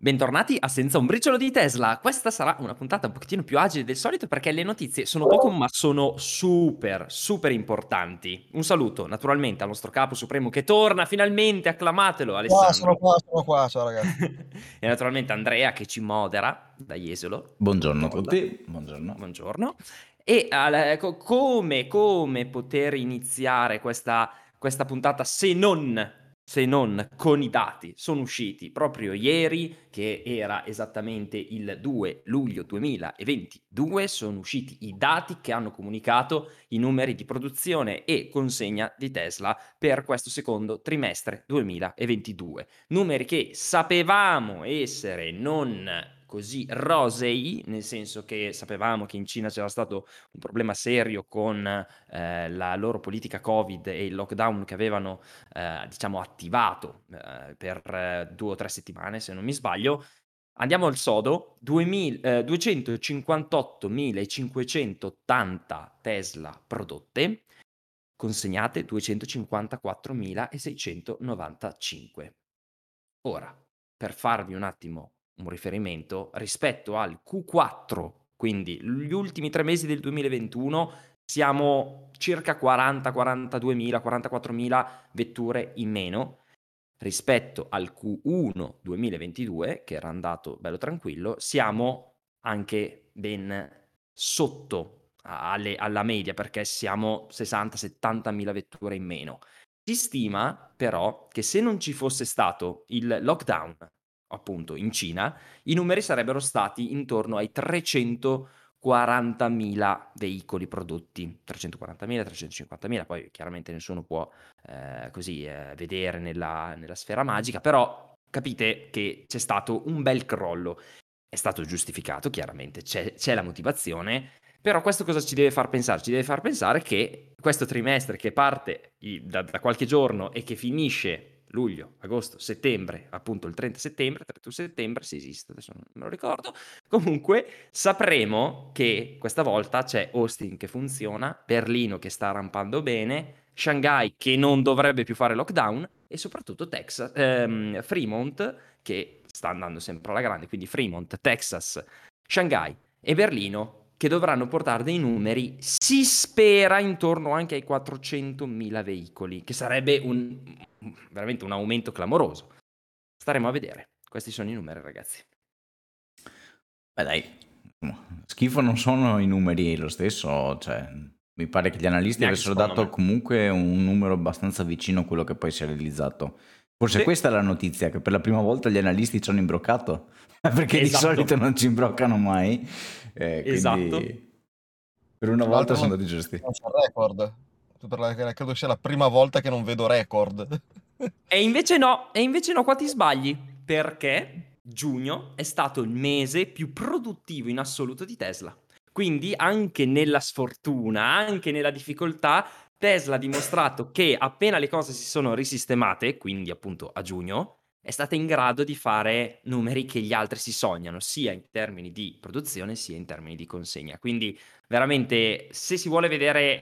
Bentornati a Senza un briciolo di Tesla. Questa sarà una puntata un pochettino più agile del solito perché le notizie sono poco ma sono super, super importanti. Un saluto naturalmente al nostro capo supremo che torna finalmente, acclamatelo Sono Alessandro. qua, sono qua, ciao ragazzi. E naturalmente Andrea che ci modera da Jesolo. Buongiorno a Troll. tutti, buongiorno. Buongiorno. E come poter iniziare questa puntata se non con i dati? Sono usciti proprio ieri, che era esattamente il 2 luglio 2022, sono usciti i dati che hanno comunicato i numeri di produzione e consegna di Tesla per questo secondo trimestre 2022. Numeri che sapevamo essere non così rosei, nel senso che sapevamo che in Cina c'era stato un problema serio con la loro politica Covid e il lockdown che avevano diciamo attivato per 2 o 3 settimane, se non mi sbaglio. Andiamo al sodo: 258.580 Tesla prodotte, consegnate 254.695. Ora, per farvi un attimo un riferimento, rispetto al Q4, quindi gli ultimi 3 mesi del 2021, siamo circa 40, 42.000, 44.000 vetture in meno. Rispetto al Q1 2022, che era andato bello tranquillo, siamo anche ben sotto alla media, perché siamo 60-70.000 vetture in meno. Si stima però che se non ci fosse stato il lockdown, appunto in Cina, i numeri sarebbero stati intorno ai 340.000 veicoli prodotti. 340.000, 350.000, poi chiaramente nessuno può vedere nella sfera magica, però capite che c'è stato un bel crollo. È stato giustificato, chiaramente, c'è la motivazione, però questo cosa ci deve far pensare? Ci deve far pensare che questo trimestre che parte da qualche giorno e che finisce luglio, agosto, settembre, appunto il 30 settembre, 31 settembre, se esiste, adesso non me lo ricordo, comunque sapremo che questa volta c'è Austin che funziona, Berlino che sta rampando bene, Shanghai che non dovrebbe più fare lockdown e soprattutto Fremont che sta andando sempre alla grande, quindi Fremont, Texas, Shanghai e Berlino che dovranno portare dei numeri, si spera, intorno anche ai 400.000 veicoli, che sarebbe veramente un aumento clamoroso. Staremo a vedere. Questi sono i numeri, ragazzi. Beh dai, schifo non sono i numeri lo stesso, cioè mi pare che gli analisti Neanche avessero secondo dato me. comunque un numero abbastanza vicino a quello che poi si è realizzato. Forse Sì. questa è la notizia, che per la prima volta gli analisti ci hanno imbroccato, perché di Esatto. solito non ci imbroccano mai, Esatto. quindi per una Tra volta l'altro sono non andati giusti. c'è record. Credo sia la prima volta che non vedo record. E invece no, qua ti sbagli, perché giugno è stato il mese più produttivo in assoluto di Tesla. Quindi anche nella sfortuna, anche nella difficoltà, Tesla ha dimostrato che appena le cose si sono risistemate, quindi appunto a giugno, è stata in grado di fare numeri che gli altri si sognano, sia in termini di produzione sia in termini di consegna. Quindi veramente, se si vuole vedere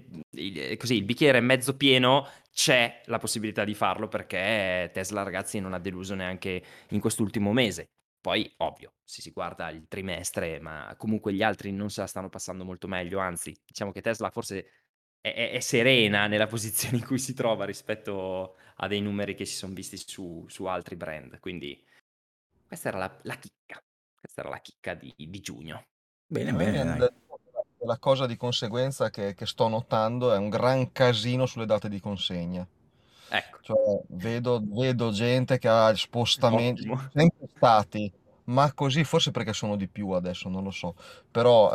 il bicchiere mezzo pieno, c'è la possibilità di farlo, perché Tesla, ragazzi, non ha deluso neanche in quest'ultimo mese. Poi, ovvio, se si guarda il trimestre, ma comunque gli altri non se la stanno passando molto meglio, anzi, diciamo che Tesla forse è serena nella posizione in cui si trova rispetto a dei numeri che si sono visti su altri brand. Quindi questa era la chicca. Questa era la chicca di giugno. Bene, A me bene, viene dai. da dire che la cosa di conseguenza che sto notando è un gran casino sulle date di consegna. Ecco, Cioè, vedo gente che ha spostamenti, ottimo. sempre stati, ma così forse perché sono di più adesso, non lo so. Però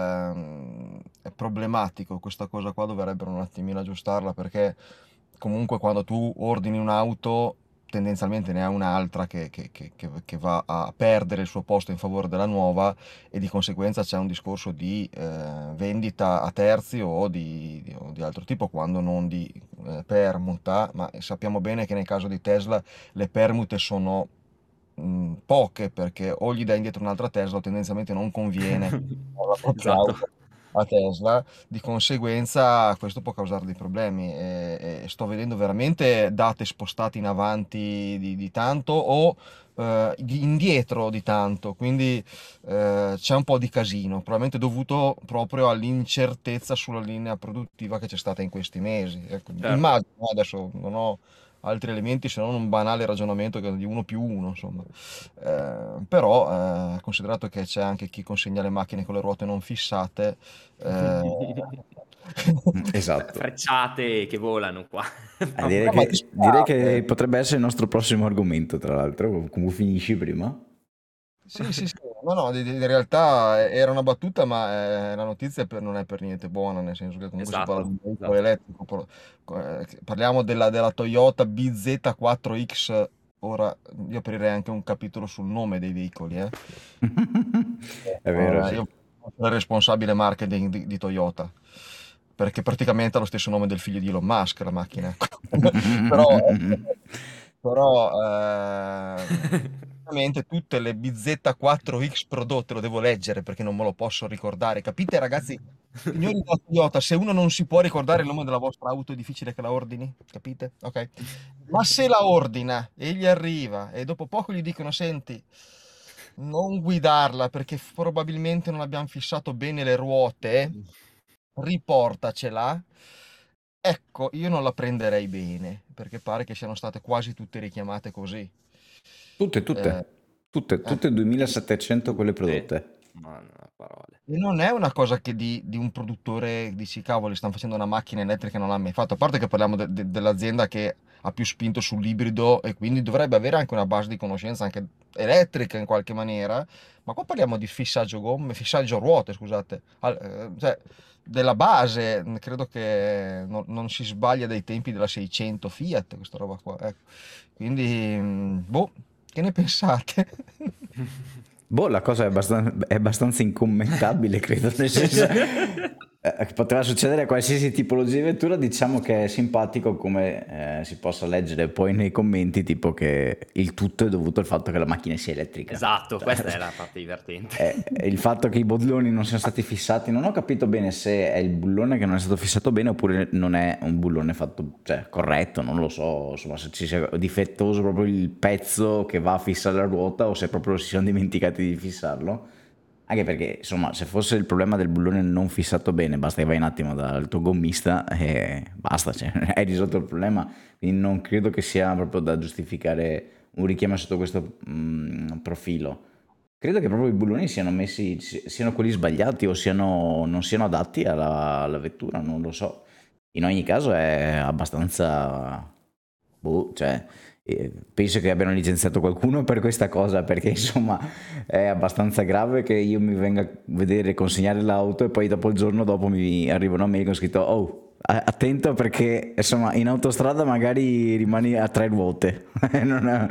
è problematico questa cosa qua, dovrebbero un attimino aggiustarla perché comunque quando tu ordini un'auto tendenzialmente ne hai un'altra che va a perdere il suo posto in favore della nuova e di conseguenza c'è un discorso di vendita a terzi o di altro tipo, quando non di permuta, ma sappiamo bene che nel caso di Tesla le permute sono poche perché o gli dai indietro un'altra Tesla o tendenzialmente non conviene la propria Esatto. auto a Tesla, di conseguenza questo può causare dei problemi e sto vedendo veramente date spostate in avanti di tanto o indietro di tanto, quindi c'è un po' di casino, probabilmente dovuto proprio all'incertezza sulla linea produttiva che c'è stata in questi mesi. Ecco, Certo. immagino, adesso non ho altri elementi se non un banale ragionamento di 1 più 1, insomma. Però, considerato che c'è anche chi consegna le macchine con le ruote non fissate, eh, Esatto. Frecciate che volano qua. Direi ma direi che d'estate. potrebbe essere il nostro prossimo argomento, tra l'altro. Come finisci prima? Sì, sì, sì, no, no, in realtà era una battuta, ma la notizia non è per niente buona, nel senso che comunque si parla di Esatto, un veicolo esatto. elettrico, parliamo della Toyota BZ4X, ora io aprirei anche un capitolo sul nome dei veicoli, eh. È vero, sì. Io sono il responsabile marketing di Toyota, perché praticamente ha lo stesso nome del figlio di Elon Musk, la macchina, ecco. Però, ovviamente tutte le BZ4X prodotte, lo devo leggere perché non me lo posso ricordare. Capite, ragazzi? Signori da Toyota, se uno non si può ricordare il nome della vostra auto, è difficile che la ordini, capite? Ok. Ma se la ordina e gli arriva e dopo poco gli dicono: Senti, non guidarla perché probabilmente non abbiamo fissato bene le ruote, riportacela. Ecco, io non la prenderei bene perché pare che siano state quasi tutte richiamate così. Tutte, Eh, eh. tutte 2700 quelle Tutte? prodotte. Ma non a parole. E non è una cosa che di un produttore dici, cavoli, stanno facendo una macchina elettrica e non l'ha mai fatto. A parte che parliamo dell'azienda che ha più spinto sull'ibrido e quindi dovrebbe avere anche una base di conoscenza anche elettrica in qualche maniera. Ma qua parliamo di fissaggio gomme, fissaggio ruote, scusate. Cioè, della base, credo che non si sbaglia dai tempi della 600 Fiat, questa roba qua. Ecco. Quindi, boh, che ne pensate? Boh, la cosa è abbastanza incommentabile, credo, nel senso che poteva succedere a qualsiasi tipologia di vettura, diciamo che è simpatico come si possa leggere poi nei commenti, tipo che il tutto è dovuto al fatto che la macchina sia elettrica. Esatto, Cioè, questa è la parte divertente. il fatto che i bulloni non siano stati fissati, non ho capito bene se è il bullone che non è stato fissato bene oppure non è un bullone fatto, cioè, corretto, non lo so, insomma, se ci sia difettoso proprio il pezzo che va a fissare la ruota o se proprio si sono dimenticati di fissarlo. Anche perché, insomma, se fosse il problema del bullone non fissato bene, basta che vai un attimo dal tuo gommista e basta, cioè, hai risolto il problema. Quindi non credo che sia proprio da giustificare un richiamo sotto questo profilo. Credo che proprio i bulloni siano messi, siano quelli sbagliati o non siano adatti alla vettura, non lo so. In ogni caso è abbastanza... Boh, cioè, penso che abbiano licenziato qualcuno per questa cosa, perché insomma è abbastanza grave che io mi venga a vedere consegnare l'auto e poi dopo il giorno dopo mi arriva una mail con scritto: oh, attento perché insomma in autostrada magari rimani a 3 ruote. Non è-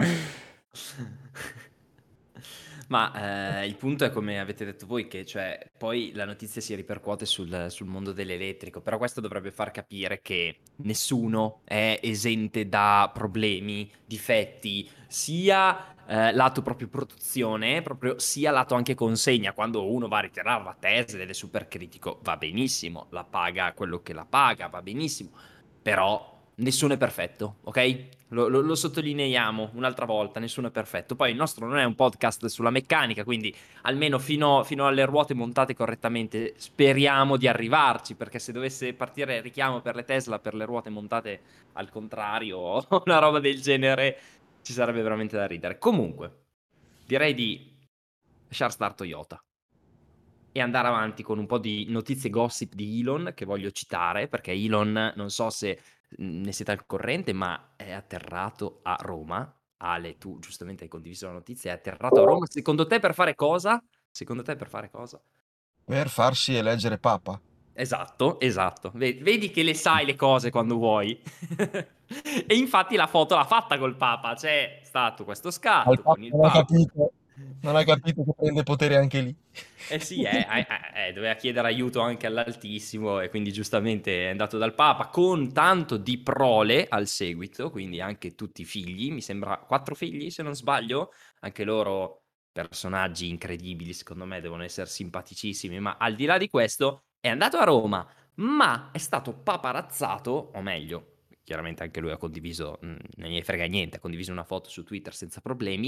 Ma il punto è come avete detto voi, che cioè, poi la notizia si ripercuote sul mondo dell'elettrico, però questo dovrebbe far capire che nessuno è esente da problemi, difetti, sia lato proprio produzione, proprio, sia lato anche consegna. Quando uno va a ritirare la Tesla ed è super critico, va benissimo, la paga quello che la paga, va benissimo, però nessuno è perfetto, ok? Lo sottolineiamo un'altra volta, nessuno è perfetto. Poi il nostro non è un podcast sulla meccanica, quindi almeno fino alle ruote montate correttamente speriamo di arrivarci, perché se dovesse partire il richiamo per le Tesla per le ruote montate al contrario o una roba del genere, ci sarebbe veramente da ridere. Comunque, direi di lasciar stare Toyota e andare avanti con un po' di notizie gossip di Elon che voglio citare, perché Elon, non so se ne siete al corrente, ma è atterrato a Roma. Ale, tu giustamente hai condiviso la notizia, è atterrato a Roma. Secondo te per fare cosa? Secondo te per fare cosa? Per farsi eleggere papa. Esatto, esatto. Vedi che le sai le cose quando vuoi. E infatti la foto l'ha fatta col Papa. C'è stato questo Ma il scatto papa con il Papa. non ha capito che prende potere anche lì. Eh sì, doveva chiedere aiuto anche all'Altissimo e quindi giustamente è andato dal Papa con tanto di prole al seguito, quindi anche tutti i figli, mi sembra 4 figli se non sbaglio, anche loro personaggi incredibili, secondo me devono essere simpaticissimi, ma al di là di questo è andato a Roma, ma è stato paparazzato, o meglio, chiaramente anche lui ha condiviso, non gli frega niente, ha condiviso una foto su Twitter senza problemi,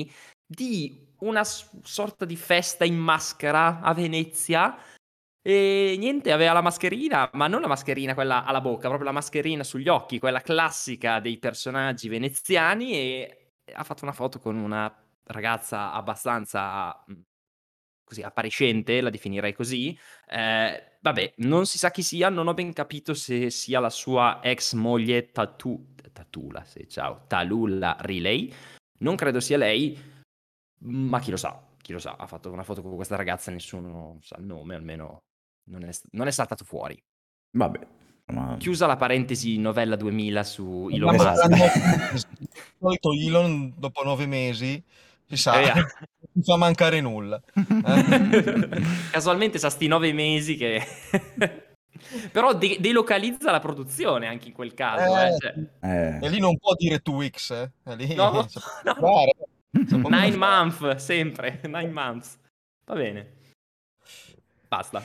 di una sorta di festa in maschera a Venezia. E niente, aveva la mascherina, ma non la mascherina quella alla bocca, proprio la mascherina sugli occhi, quella classica dei personaggi veneziani, e ha fatto una foto con una ragazza abbastanza così appariscente, la definirei così. Vabbè, non si sa chi sia, non ho ben capito se sia la sua ex moglie Tatula, sì, ciao, Tallulah Riley. Non credo sia lei, ma chi lo sa, chi lo sa. Ha fatto una foto con questa ragazza, nessuno sa il nome, almeno non è saltato fuori. Vabbè, insomma, Chiusa la parentesi novella 2000 su Elon Abbiamo esatto. Musk. il solito Elon dopo 9 mesi, si sa, Via. non fa mancare nulla. Casualmente sa sti 9 mesi che però delocalizza la produzione anche in quel caso, cioè. E lì non può dire 2 weeks, e lì No, sa poco da no. fare, sa poco da 9 fare. month, sempre, 9 months. Va bene. Basta.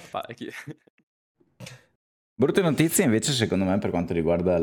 Brutte notizie invece secondo me per quanto riguarda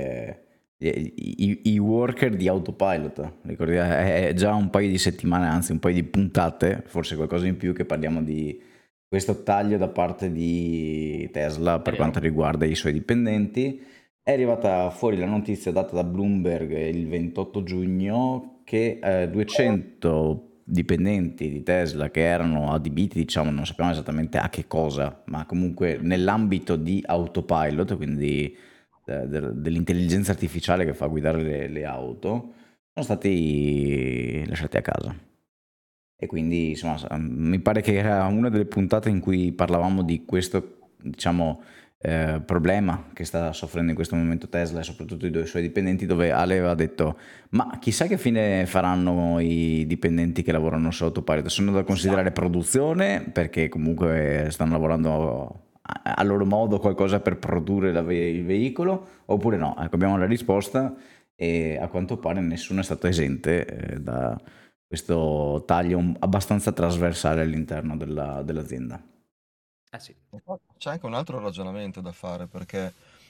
i worker di Autopilot. Ricordiamo, è già un paio di settimane, anzi un paio di puntate, forse qualcosa in più, che parliamo di questo taglio da parte di Tesla per quanto riguarda i suoi dipendenti. È arrivata fuori la notizia data da Bloomberg il 28 giugno che 200 dipendenti di Tesla che erano adibiti, diciamo, non sappiamo esattamente a che cosa, ma comunque nell'ambito di Autopilot, quindi dell'intelligenza artificiale che fa guidare le auto, sono stati lasciati a casa. E quindi, insomma, mi pare che era una delle puntate in cui parlavamo di questo, diciamo, problema che sta soffrendo in questo momento Tesla e soprattutto i due suoi dipendenti, dove Ale aveva detto ma chissà che fine faranno i dipendenti che lavorano su Autopilot. Sono da considerare produzione, perché comunque stanno lavorando a loro modo qualcosa per produrre il veicolo, oppure no? Ecco, abbiamo la risposta e a quanto pare nessuno è stato esente da questo taglio abbastanza trasversale all'interno dell'azienda. Sì. C'è anche un altro ragionamento da fare, perché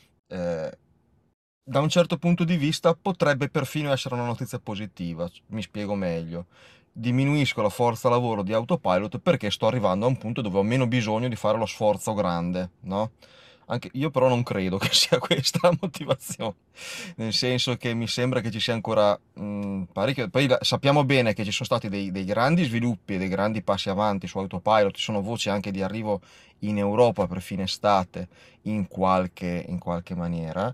da un certo punto di vista potrebbe perfino essere una notizia positiva. Mi spiego meglio. Diminuisco la forza lavoro di Autopilot perché sto arrivando a un punto dove ho meno bisogno di fare lo sforzo grande, no? Anche io però non credo che sia questa la motivazione, nel senso che mi sembra che ci sia ancora parecchio. Poi sappiamo bene che ci sono stati dei grandi sviluppi e dei grandi passi avanti su Autopilot, ci sono voci anche di arrivo in Europa per fine estate in qualche maniera.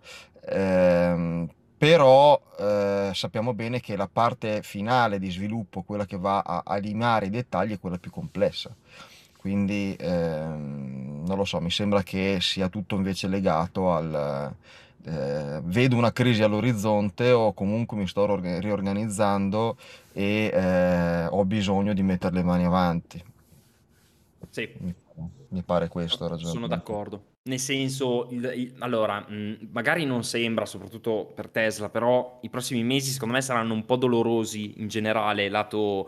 Però sappiamo bene che la parte finale di sviluppo, quella che va a limare i dettagli, è quella più complessa. Quindi non lo so, mi sembra che sia tutto invece legato al vedo una crisi all'orizzonte o comunque mi sto riorganizzando e ho bisogno di mettere le mani avanti. Sì. Mi pare questo il Sono ragionamento. d'accordo. Nel senso, allora, magari non sembra, soprattutto per Tesla, però i prossimi mesi secondo me saranno un po' dolorosi in generale, lato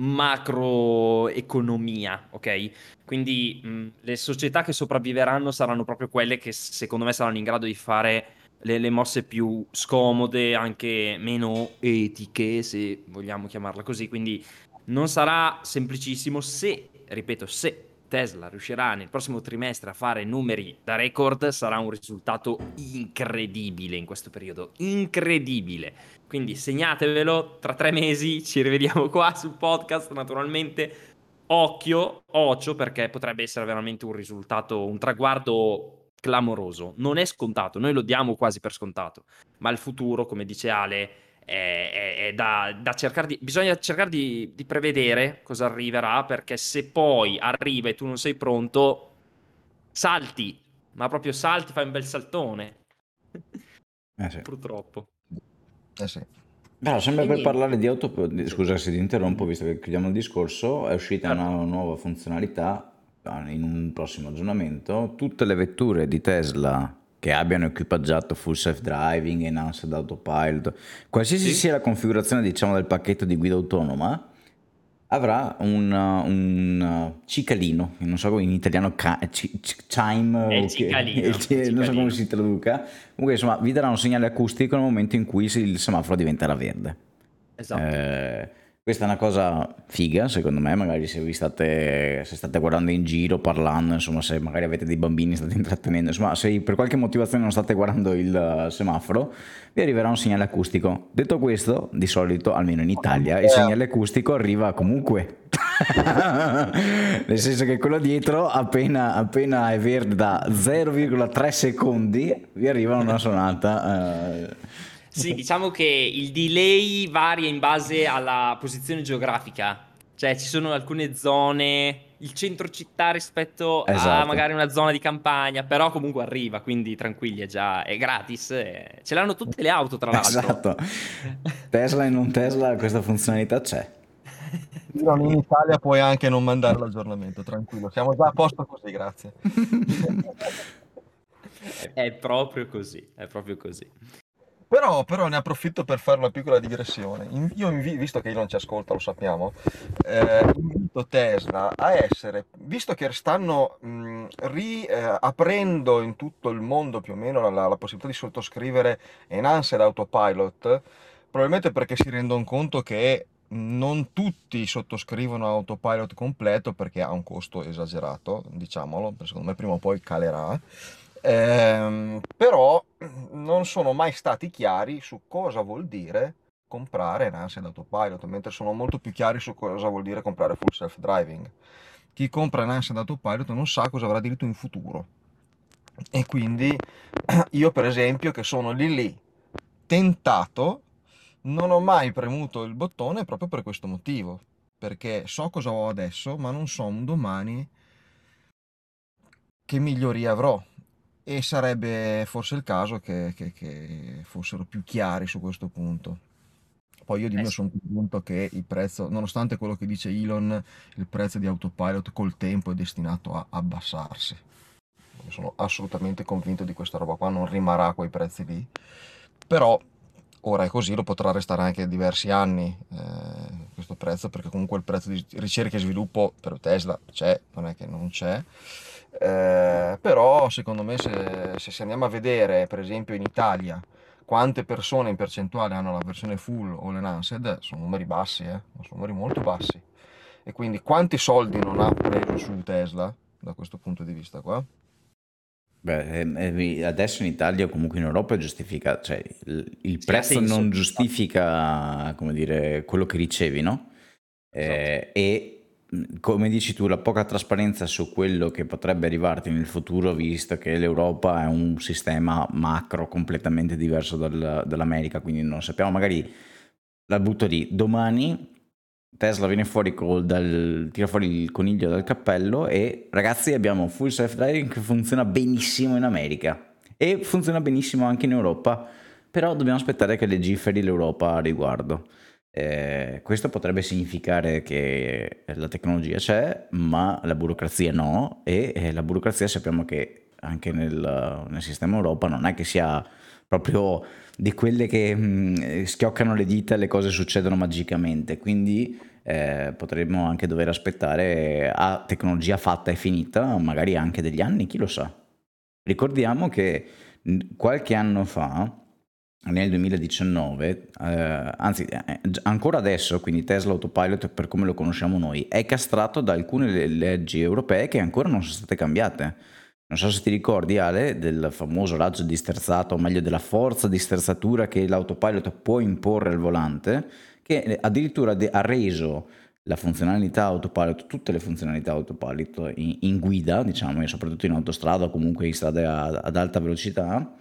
macroeconomia, ok? Quindi le società che sopravviveranno saranno proprio quelle che secondo me saranno in grado di fare le mosse più scomode, anche meno etiche, se vogliamo chiamarla così. Quindi non sarà semplicissimo se, ripeto, se Tesla riuscirà nel prossimo trimestre a fare numeri da record, sarà un risultato incredibile in questo periodo, incredibile. Quindi segnatevelo, tra 3 mesi ci rivediamo qua sul podcast, naturalmente. Occhio, perché potrebbe essere veramente un risultato, un traguardo clamoroso. Non è scontato, noi lo diamo quasi per scontato, ma il futuro, come dice Ale, è da cercare bisogna cercare di prevedere cosa arriverà, perché se poi arriva e tu non sei pronto, salti, ma proprio salti, fai un bel saltone. Sì. Purtroppo. Sì. Però sempre E per niente. parlare di auto, Sì. scusa se ti interrompo, visto che chiudiamo il discorso, è uscita Certo. una nuova funzionalità in un prossimo aggiornamento. Tutte le vetture di Tesla che abbiano equipaggiato full self-driving, enhanced autopilot, qualsiasi Sì? sia la configurazione, diciamo, del pacchetto di guida autonoma, avrà un cicalino, non so in italiano chime, È il cicalino, è il non so come cicalino. si traduca. Comunque insomma vi darà un segnale acustico nel momento in cui il semaforo diventerà verde. Esatto. Questa è una cosa figa, secondo me, magari se state guardando in giro, parlando, insomma, se magari avete dei bambini, state intrattenendo, insomma, se per qualche motivazione non state guardando il semaforo, vi arriverà un segnale acustico. Detto questo, di solito, almeno in Italia, il segnale acustico arriva comunque. Nel senso che quello dietro, appena è verde da 0,3 secondi, vi arriva una sonata. Sì, diciamo che il delay varia in base alla posizione geografica, cioè ci sono alcune zone, il centro città rispetto a Esatto. magari una zona di campagna, però comunque arriva, quindi tranquilli, è gratis, ce l'hanno tutte le auto tra l'altro. Esatto. Tesla e non Tesla, questa funzionalità c'è. Elon, in Italia puoi anche non mandare l'aggiornamento, tranquillo, siamo già a posto così, grazie. È proprio così, è proprio così. Però ne approfitto per fare una piccola digressione. Visto che Elon ci ascolta, lo sappiamo, invito Tesla a essere, visto che stanno riaprendo in tutto il mondo più o meno la possibilità di sottoscrivere Enhanced Autopilot, probabilmente perché si rendono conto che non tutti sottoscrivono Autopilot completo perché ha un costo esagerato, diciamolo, secondo me prima o poi calerà. Però non sono mai stati chiari su cosa vuol dire comprare Enhanced Autopilot, mentre sono molto più chiari su cosa vuol dire comprare Full Self Driving. Chi compra Enhanced Autopilot non sa cosa avrà diritto in futuro. E quindi io, per esempio, che sono lì tentato, non ho mai premuto il bottone proprio per questo motivo, perché so cosa ho adesso, ma non so un domani che migliorie avrò. E sarebbe forse il caso che fossero più chiari su questo punto. Poi io di Eh mio sì. sono convinto che il prezzo, nonostante quello che dice Elon, il prezzo di Autopilot col tempo è destinato a abbassarsi. Sono assolutamente convinto di questa roba qua, non rimarrà a quei prezzi lì. Però ora è così, lo potrà restare anche diversi anni questo prezzo, perché comunque il prezzo di ricerca e sviluppo per Tesla c'è, non è che non c'è. Però secondo me se andiamo a vedere per esempio in Italia quante persone in percentuale hanno la versione full o l'enhanced, sono numeri bassi, sono numeri molto bassi. E quindi quanti soldi non ha preso su Tesla da questo punto di vista qua? Beh, adesso in Italia o comunque in Europa giustifica, cioè il Sì, ha prezzo non senso. giustifica, come dire, quello che ricevi, no? Esatto. Come dici tu, la poca trasparenza su quello che potrebbe arrivarti nel futuro, visto che l'Europa è un sistema macro completamente diverso dall'America, quindi non sappiamo, magari la butto lì, domani Tesla viene fuori tira fuori il coniglio dal cappello e ragazzi abbiamo full self driving che funziona benissimo in America e funziona benissimo anche in Europa, però dobbiamo aspettare che legiferi l'Europa a riguardo. Questo potrebbe significare che la tecnologia c'è, ma la burocrazia no, e la burocrazia sappiamo che anche nel sistema Europa non è che sia proprio di quelle che schioccano le dita e le cose succedono magicamente, quindi potremmo anche dover aspettare a tecnologia fatta e finita, magari anche degli anni, chi lo sa. Ricordiamo che qualche anno fa, nel 2019, anzi ancora adesso, quindi Tesla Autopilot per come lo conosciamo noi, è castrato da alcune leggi europee che ancora non sono state cambiate. Non so se ti ricordi, Ale, del famoso raggio di sterzato, o meglio della forza di sterzatura che l'autopilot può imporre al volante, che addirittura ha reso la funzionalità autopilot, tutte le funzionalità autopilot in guida, diciamo, e soprattutto in autostrada o comunque in strade ad alta velocità,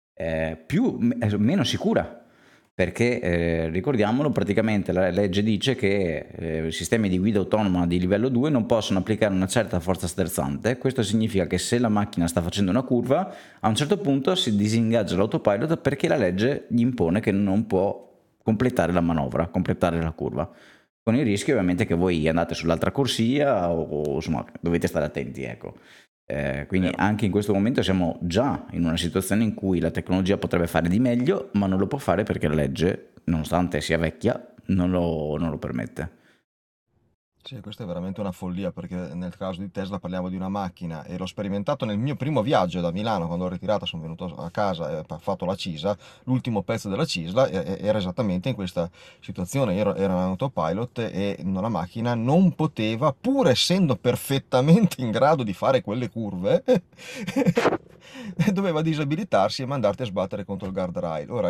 meno sicura. Perché ricordiamolo, praticamente la legge dice che sistemi di guida autonoma di livello 2 non possono applicare una certa forza sterzante. Questo significa che se la macchina sta facendo una curva, a un certo punto si disingaggia l'autopilot perché la legge gli impone che non può completare la manovra, completare la curva. Con il rischio ovviamente che voi andate sull'altra corsia o insomma dovete stare attenti, ecco. Quindi Vero. anche in questo momento siamo già in una situazione in cui la tecnologia potrebbe fare di meglio, ma non lo può fare perché la legge, nonostante sia vecchia, non lo permette. Sì, questa è veramente una follia perché nel caso di Tesla parliamo di una macchina e l'ho sperimentato nel mio primo viaggio da Milano, quando ho ritirata, sono venuto a casa e ho fatto la Cisa, l'ultimo pezzo della Cisa era esattamente in questa situazione, ero in autopilot e la macchina non poteva, pur essendo perfettamente in grado di fare quelle curve, doveva disabilitarsi e mandarti a sbattere contro il guardrail. Ora,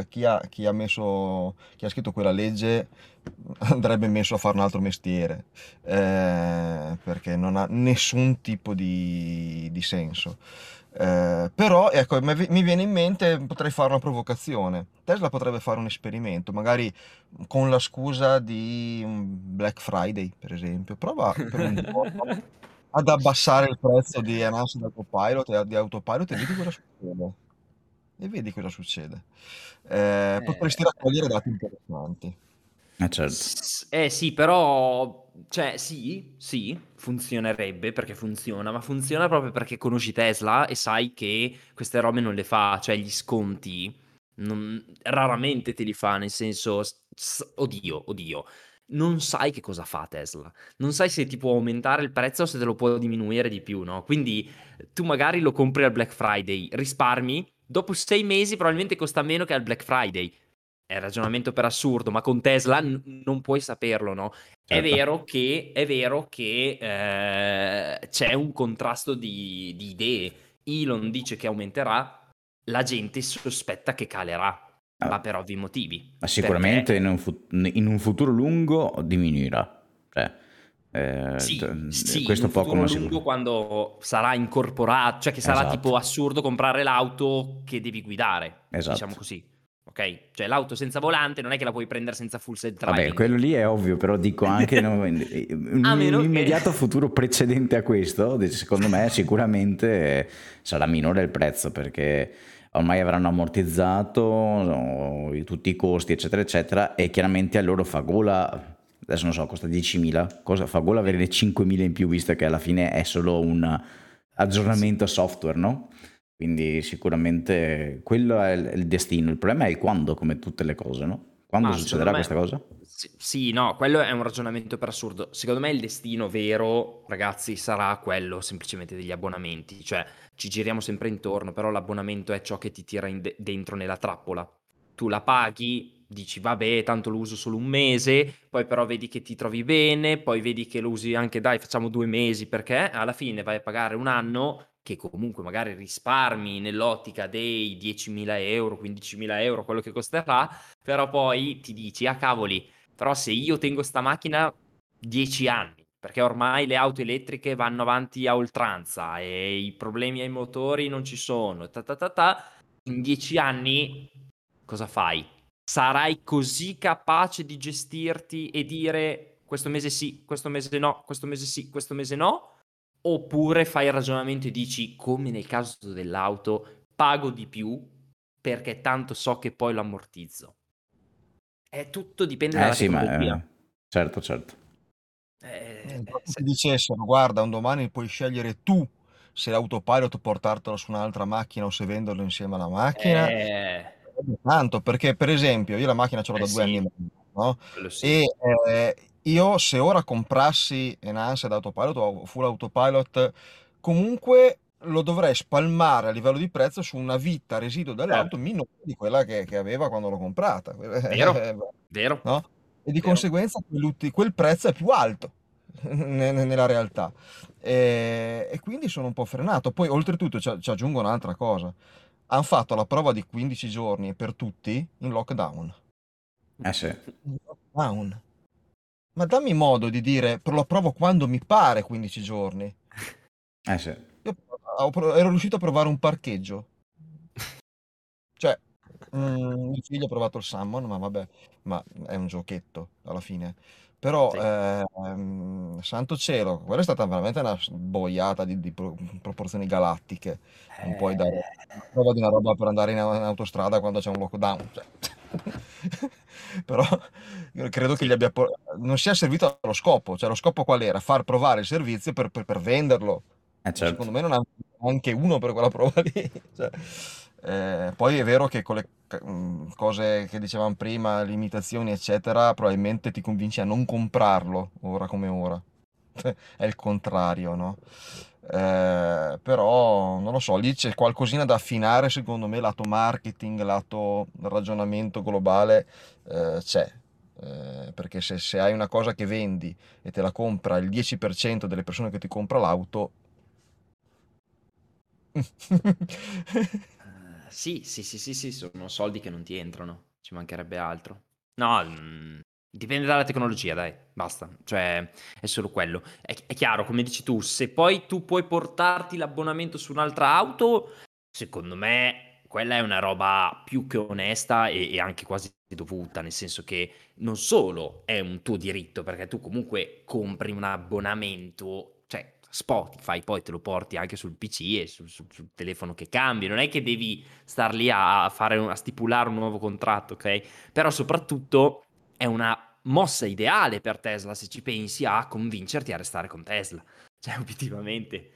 chi ha scritto quella legge andrebbe messo a fare un altro mestiere, perché non ha nessun tipo di senso. Però ecco, mi viene in mente, potrei fare una provocazione. Tesla potrebbe fare un esperimento, magari con la scusa di un Black Friday, per esempio. Prova per un giorno ad abbassare il prezzo di Enhanced Autopilot e di Autopilot e vedi cosa succede. E vedi cosa succede. Potresti raccogliere dati interessanti. Certo. Sì, però, cioè, sì, funzionerebbe perché funziona, ma funziona proprio perché conosci Tesla e sai che queste robe non le fa, cioè gli sconti raramente te li fa, nel senso, oddio, non sai che cosa fa Tesla, non sai se ti può aumentare il prezzo o se te lo può diminuire di più, no? Quindi tu magari lo compri al Black Friday, risparmi, dopo 6 mesi probabilmente costa meno che al Black Friday. È ragionamento per assurdo, ma con Tesla non puoi saperlo, no? Certo. È vero che c'è un contrasto di idee. Elon dice che aumenterà, la gente sospetta che calerà, Ah, ma per ovvi motivi. ma Perché sicuramente in un futuro lungo diminuirà. Cioè, sì, in questo un poco futuro ma lungo sicuro. quando sarà incorporato, cioè che sarà Esatto, tipo assurdo comprare l'auto che devi guidare, diciamo esatto. così. Ok? Cioè l'auto senza volante non è che la puoi prendere senza full self Vabbè, driving. quello lì è ovvio, però dico anche no, A un meno che... immediato futuro precedente a questo, secondo me sicuramente sarà minore il prezzo perché ormai avranno ammortizzato tutti i costi, eccetera, eccetera, e chiaramente a loro fa gola, adesso non so, costa 10.000, cosa fa gola avere le 5.000 in più, visto che alla fine è solo un Sì. aggiornamento software, no? Quindi sicuramente quello è il destino, il problema è il quando, come tutte le cose, no? Quando Ma secondo succederà questa me, cosa? sì, no, quello è un ragionamento per assurdo. Secondo me il destino vero, ragazzi, sarà quello semplicemente degli abbonamenti. Cioè, ci giriamo sempre intorno, però l'abbonamento è ciò che ti tira dentro nella trappola. Tu la paghi, dici, vabbè, tanto lo uso solo un mese, poi però vedi che ti trovi bene, poi vedi che lo usi anche, dai, facciamo 2 mesi, perché alla fine vai a pagare un anno che comunque magari risparmi nell'ottica dei 10.000 euro, 15.000 euro, quello che costerà, però poi ti dici, ah cavoli, però se io tengo sta macchina 10 anni, perché ormai le auto elettriche vanno avanti a oltranza e i problemi ai motori non ci sono, in 10 anni cosa fai? Sarai così capace di gestirti e dire questo mese sì, questo mese no, questo mese sì, questo mese no? Oppure fai il ragionamento e dici, come nel caso dell'auto, pago di più perché tanto so che poi lo ammortizzo. Tutto dipende dalla Sì, tipologia. certo, certo. Proprio ti dicessero, guarda, un domani puoi scegliere tu se l'autopilot portartelo su un'altra macchina o se venderlo insieme alla macchina. Eh, Tanto, perché per esempio io la macchina ce l'ho da 2 anni e sì, mezzo, no? quello sì. E io se ora comprassi Enhanced Autopilot o Full Autopilot, comunque lo dovrei spalmare a livello di prezzo su una vita residuo dell'auto Certo. minore di quella che aveva quando l'ho comprata. Vero, vero, No? E di vero. conseguenza quel prezzo è più alto nella realtà. E quindi sono un po' frenato. Poi oltretutto ci aggiungo un'altra cosa. Hanno fatto la prova di 15 giorni per tutti in lockdown. Sì, In lockdown. Ma dammi modo di dire, lo provo quando mi pare 15 giorni. sì. Io ero riuscito a provare un parcheggio. Cioè, mio figlio ha provato il Summon, ma vabbè, ma è un giochetto alla fine. Però, Sì. santo cielo, quella è stata veramente una boiata di proporzioni galattiche. Non puoi dare la prova di una roba per andare in autostrada quando c'è un lockdown. Cioè. Però io credo che Sì. non sia servito allo scopo. Cioè, lo scopo qual era? Far provare il servizio per venderlo. Ma Certo. secondo me non ha neanche uno per quella prova lì. Cioè, poi è vero che con le cose che dicevamo prima, limitazioni, eccetera, probabilmente ti convinci a non comprarlo ora come ora. è il contrario, no? Però non lo so, lì c'è qualcosina da affinare, secondo me, lato marketing, lato ragionamento globale, c'è. Perché se hai una cosa che vendi e te la compra il 10% delle persone che ti compra l'auto. Sì, sì, sì, sì, sì, sono soldi che non ti entrano, ci mancherebbe altro. No, dipende dalla tecnologia, dai, basta. Cioè, è solo quello. È chiaro, come dici tu, se poi tu puoi portarti l'abbonamento su un'altra auto, secondo me quella è una roba più che onesta e anche quasi dovuta, nel senso che non solo è un tuo diritto, perché tu comunque compri un abbonamento, cioè Spotify poi te lo porti anche sul PC e sul telefono che cambi, non è che devi star lì a stipulare un nuovo contratto, ok? Però soprattutto è una mossa ideale per Tesla se ci pensi a convincerti a restare con Tesla. Cioè, obiettivamente,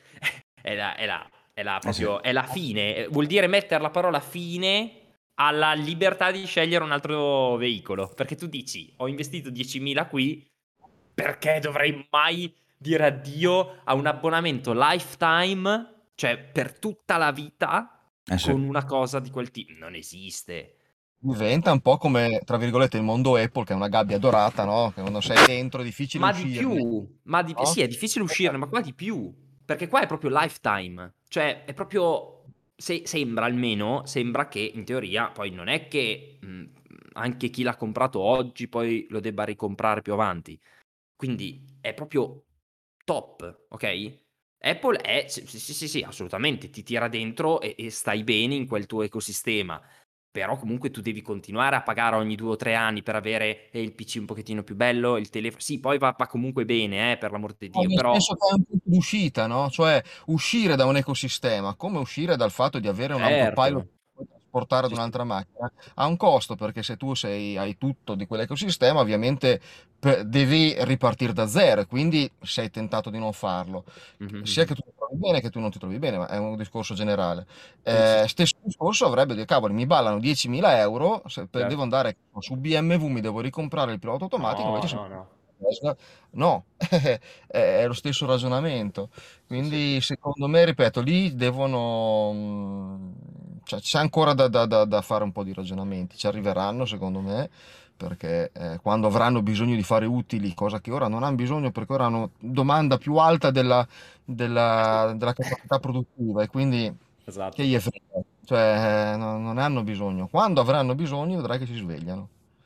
Eh sì. è la fine, vuol dire mettere la parola fine alla libertà di scegliere un altro veicolo, perché tu dici, ho investito 10.000 qui, perché dovrei mai dire addio a un abbonamento lifetime, cioè per tutta la vita, Eh sì. con una cosa di quel tipo? Non esiste. Diventa un po' come, tra virgolette, il mondo Apple, che è una gabbia dorata, no? Che quando sei dentro è difficile Ma di uscirne, più, no? sì, è difficile uscirne, ma qua di più, perché qua è proprio lifetime, cioè è proprio, sembra almeno, sembra che in teoria poi non è che anche chi l'ha comprato oggi poi lo debba ricomprare più avanti, quindi è proprio top, ok? Apple è, sì, sì, sì, sì, assolutamente, ti tira dentro e stai bene in quel tuo ecosistema. Però comunque tu devi continuare a pagare ogni 2 o 3 anni per avere il PC un pochettino più bello, il telefono. Sì, poi va comunque bene, per l'amor di No, Dio, nel però senso che è un punto d'uscita, no? Cioè uscire da un ecosistema, come uscire dal fatto di avere un autopilot certo. che puoi trasportare ad Sì, sì. un'altra macchina, ha un costo, perché se tu hai tutto di quell'ecosistema, ovviamente devi ripartire da zero, e quindi sei tentato di non farlo. Mhm, Sia che mhm. tu ti trovi bene che tu non ti trovi bene, ma è un discorso generale. Sì, sì, sì, Stesso discorso avrebbe dire, cavoli, mi ballano 10.000 euro, se devo certo. andare su BMW, mi devo ricomprare il pilota automatico, No, invece se no, no. Tesla, no, è lo stesso ragionamento. Sì, sì. Quindi secondo me, ripeto, lì devono, cioè, c'è ancora da fare un po' di ragionamenti, ci arriveranno secondo me, perché quando avranno bisogno di fare utili, cosa che ora non hanno bisogno perché ora hanno domanda più alta Sì. della capacità produttiva, e quindi che Esatto. gli frega, cioè non ne hanno bisogno. Quando avranno bisogno vedrai che si svegliano.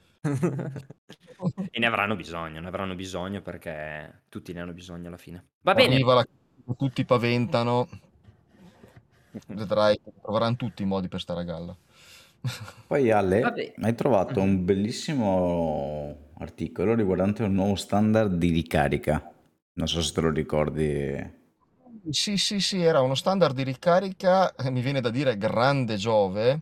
E ne avranno bisogno perché tutti ne hanno bisogno alla fine. Va bene. Arriva la tutti paventano, vedrai che troveranno tutti i modi per stare a galla. Poi Va Ale, bene. hai trovato Mhm. un bellissimo articolo riguardante un nuovo standard di ricarica. Non so se te lo ricordi. Sì, sì, sì, era uno standard di ricarica, mi viene da dire grande Giove,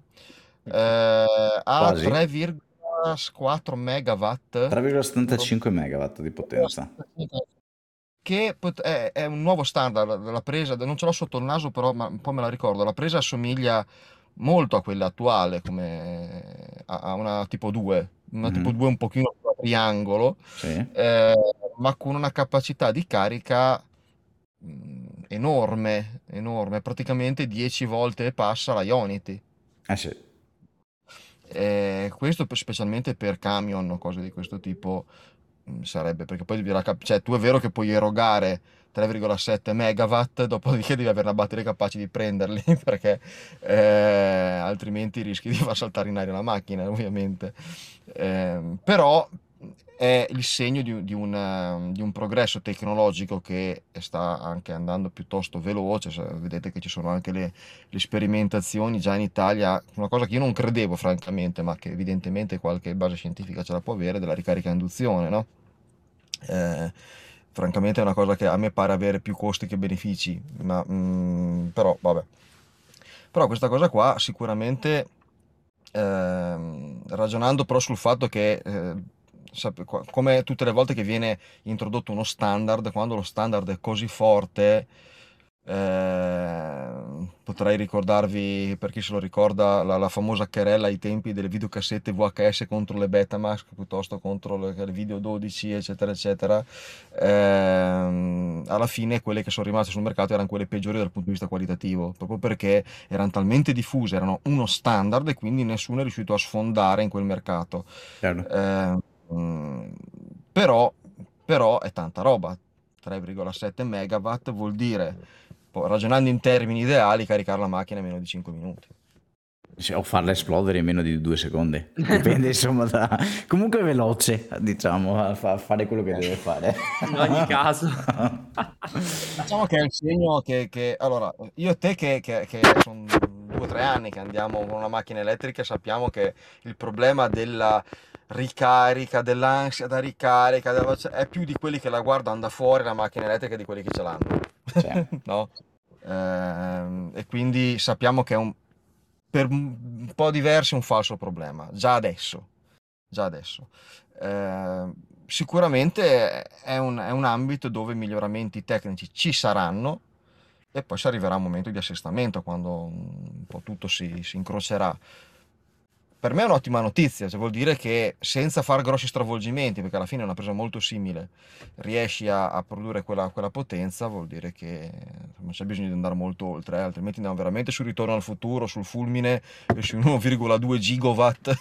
a Quasi 3,4 megawatt, una roba- 3,75 megawatt di potenza. che è un nuovo standard. La presa, non ce l'ho sotto il naso, però un po' me la ricordo. La presa assomiglia molto a quella attuale, come a una tipo Mhm. 2 un pochino più a triangolo, Sì. eh, ma con una capacità di carica enorme, enorme, praticamente 10 volte e passa la Ionity. Eh sì. Questo specialmente per camion o cose di questo tipo, sarebbe, perché poi cioè, tu è vero che puoi erogare 3,7 megawatt, dopodiché devi avere una batteria capace di prenderli, perché altrimenti rischi di far saltare in aria la macchina, ovviamente. Però è il segno di un progresso tecnologico che sta anche andando piuttosto veloce. Vedete che ci sono anche le sperimentazioni già in Italia, una cosa che io non credevo francamente, ma che evidentemente qualche base scientifica ce la può avere, della ricarica a induzione, no? Eh, Francamente è una cosa che a me pare avere più costi che benefici, ma però vabbè. Però questa cosa qua sicuramente, ragionando però sul fatto che, come tutte le volte che viene introdotto uno standard, quando lo standard è così forte, potrei ricordarvi, per chi se lo ricorda, la famosa querela ai tempi delle videocassette VHS contro le Betamax, piuttosto contro le video 12, eccetera, eccetera. alla fine quelle che sono rimaste sul mercato erano quelle peggiori dal punto di vista qualitativo, proprio perché erano talmente diffuse, erano uno standard e quindi nessuno è riuscito a sfondare in quel mercato. Chiaro. Mm, però, però è tanta roba. 3,7 megawatt vuol dire, ragionando in termini ideali, caricare la macchina in meno di 5 minuti. O farla esplodere in meno di 2 secondi. Dipende, insomma, comunque è veloce, diciamo, a fare quello che deve fare. In ogni caso. Diciamo che è il segno allora, io e te che sono 2 o 3 anni che andiamo con una macchina elettrica, sappiamo che il problema della ricarica, dell'ansia da ricarica, è più di quelli che la guardano da fuori la macchina elettrica di quelli che ce l'hanno. Sì. No? E quindi sappiamo che è per un po' di versi un falso problema, già adesso. Sicuramente è un ambito dove miglioramenti tecnici ci saranno e poi si arriverà un momento di assestamento quando un po' tutto si incrocerà. Per me è un'ottima notizia, cioè vuol dire che senza fare grossi stravolgimenti, perché alla fine è una presa molto simile, riesci a produrre quella potenza, vuol dire che non c'è bisogno di andare molto oltre, altrimenti andiamo veramente sul ritorno al futuro, sul fulmine e su 1,2 gigawatt.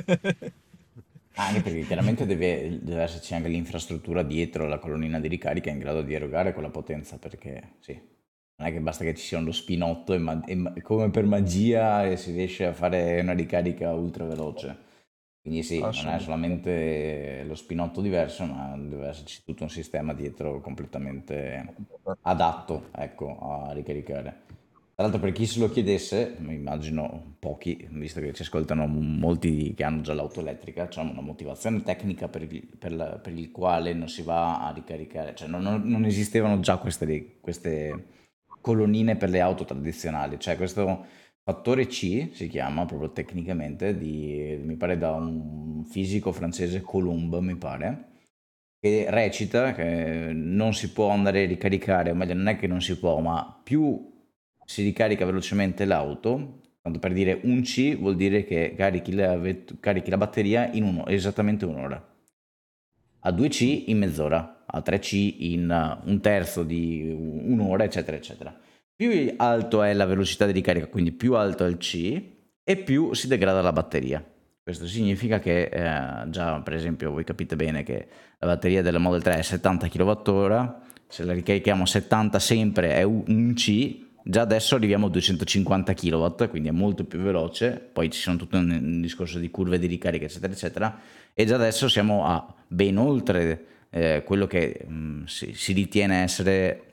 Anche perché chiaramente deve esserci anche l'infrastruttura dietro la colonnina di ricarica in grado di erogare quella potenza, perché sì, non è che basta che ci sia uno spinotto e come per magia si riesce a fare una ricarica ultra veloce. Quindi sì, non è Assolutamente. solamente lo spinotto diverso, ma deve esserci tutto un sistema dietro completamente adatto, ecco, a ricaricare. Tra l'altro, per chi se lo chiedesse, immagino pochi, visto che ci ascoltano molti che hanno già l'auto elettrica, c'è una motivazione tecnica per il quale non si va a ricaricare, cioè non esistevano già queste colonnine per le auto tradizionali, cioè questo fattore C si chiama proprio tecnicamente, mi pare da un fisico francese, Coulomb, mi pare, che recita che non si può andare a ricaricare, o meglio non è che non si può, ma più si ricarica velocemente l'auto, tanto per dire un C vuol dire che carichi la batteria in esattamente un'ora, a 2C in mezz'ora, a 3C in un terzo di un'ora, eccetera, eccetera. Più alto è la velocità di ricarica, quindi più alto è il C, e più si degrada la batteria. Questo significa che già, per esempio, voi capite bene che la batteria della Model 3 è 70 kWh, se la ricarichiamo 70 sempre è un C, già adesso arriviamo a 250 kW, quindi è molto più veloce, poi ci sono tutto un discorso di curve di ricarica, eccetera, eccetera, e già adesso siamo a ben oltre quello che si ritiene essere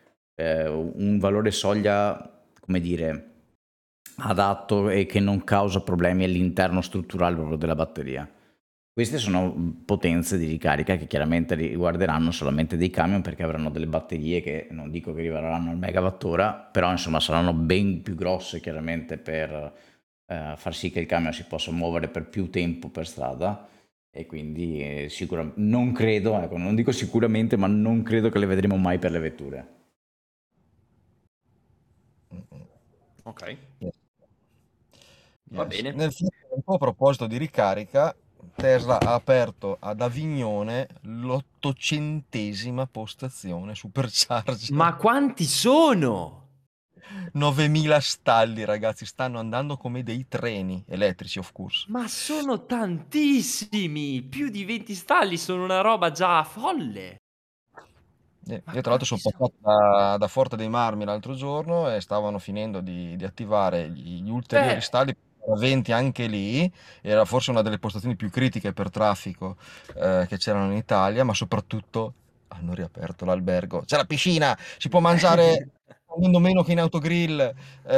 un valore soglia, come dire, adatto e che non causa problemi all'interno strutturale proprio della batteria. Queste sono potenze di ricarica che chiaramente riguarderanno solamente dei camion, perché avranno delle batterie che non dico che arriveranno al megawattora, però insomma saranno ben più grosse chiaramente per far sì che il camion si possa muovere per più tempo per strada, e quindi sicuramente non credo, ecco, non dico sicuramente, ma non credo che le vedremo mai per le vetture. Ok, Yes. va bene. Nel frattempo, a proposito di ricarica, Tesla ha aperto ad Avignone l'800ª postazione Supercharger. Ma quanti sono? 9.000 stalli, ragazzi, stanno andando come dei treni elettrici, of course. Ma sono tantissimi! Più di 20 stalli, sono una roba già folle. Ma Io tra l'altro quanti sono sono? passato da Forte dei Marmi l'altro giorno e stavano finendo di attivare gli ulteriori Beh, stalli, 20 anche lì, era forse una delle postazioni più critiche per traffico che c'erano in Italia, ma soprattutto hanno riaperto l'albergo, c'è la piscina, si può mangiare spendendo meno che in autogrill,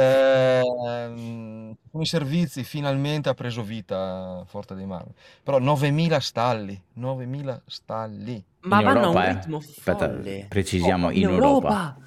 ci sono i servizi, finalmente ha preso vita Forte dei Marmi, però 9.000 stalli, 9.000 stalli. In ma vanno a un Europa, ritmo aspetta, folle. precisiamo, In in Europa. Europa!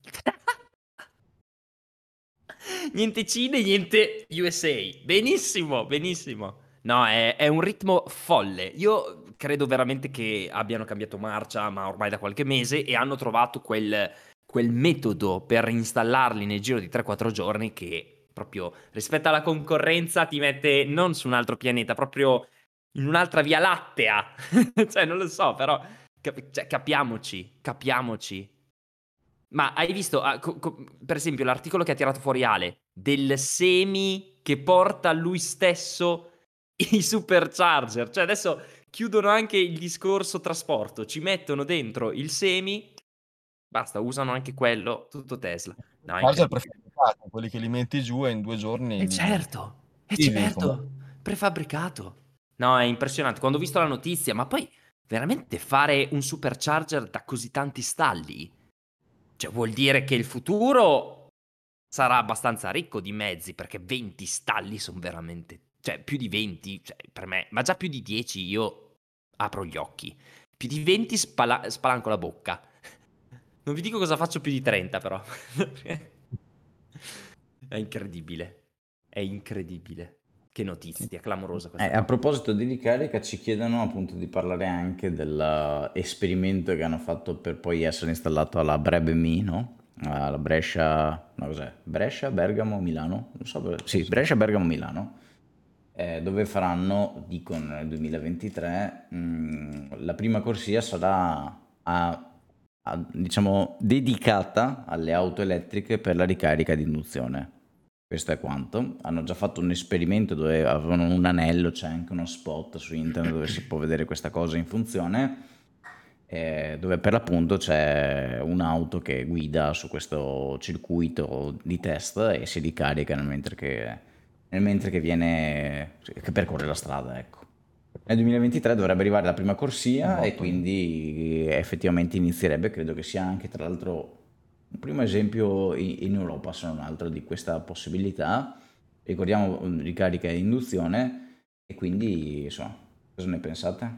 Niente Cina, niente USA. Benissimo, benissimo. No, è un ritmo folle. Io credo veramente che abbiano cambiato marcia, ma ormai da qualche mese, e hanno trovato quel metodo per installarli nel giro di 3-4 giorni che proprio rispetto alla concorrenza ti mette non su un altro pianeta, proprio in un'altra via lattea. Cioè, non lo so, però cioè, capiamoci. Ma hai visto, per esempio, l'articolo che ha tirato fuori Ale, del semi che porta lui stesso i supercharger? Cioè adesso chiudono anche il discorso trasporto, ci mettono dentro il semi, basta, usano anche quello, tutto Tesla. No, è Charger incredibile. prefabbricati, quelli che li metti giù e in 2 giorni E li ricompri. certo, prefabbricato. No, è impressionante. Quando ho visto la notizia, ma poi veramente fare un supercharger da così tanti stalli? Cioè, vuol dire che il futuro sarà abbastanza ricco di mezzi, perché 20 stalli sono veramente... Cioè, più di 20, cioè, per me, ma già più di 10 io apro gli occhi. Più di 20 spalanco la bocca. Non vi dico cosa faccio più di 30, però. È incredibile. È incredibile. Che notizia, clamorosa questa A qua. proposito di ricarica, ci chiedono appunto di parlare anche dell'esperimento che hanno fatto per poi essere installato alla Brebe Mi, no? Alla Brescia, no cos'è? Brescia, Bergamo, Milano? Non so, sì, Brescia, Bergamo, Milano, dove faranno, dicono nel 2023, la prima corsia sarà diciamo, dedicata alle auto elettriche per la ricarica di induzione. Questo è quanto. Hanno già fatto un esperimento dove avevano un anello, c'è anche uno spot su internet dove si può vedere questa cosa in funzione, dove per l'appunto c'è un'auto che guida su questo circuito di test e si ricarica nel mentre che percorre la strada, ecco. Nel 2023 dovrebbe arrivare la prima corsia e Botto. quindi effettivamente inizierebbe, credo che sia anche tra l'altro un primo esempio in Europa, se non altro, di questa possibilità. Ricordiamo ricarica e induzione e quindi insomma, cosa ne pensate?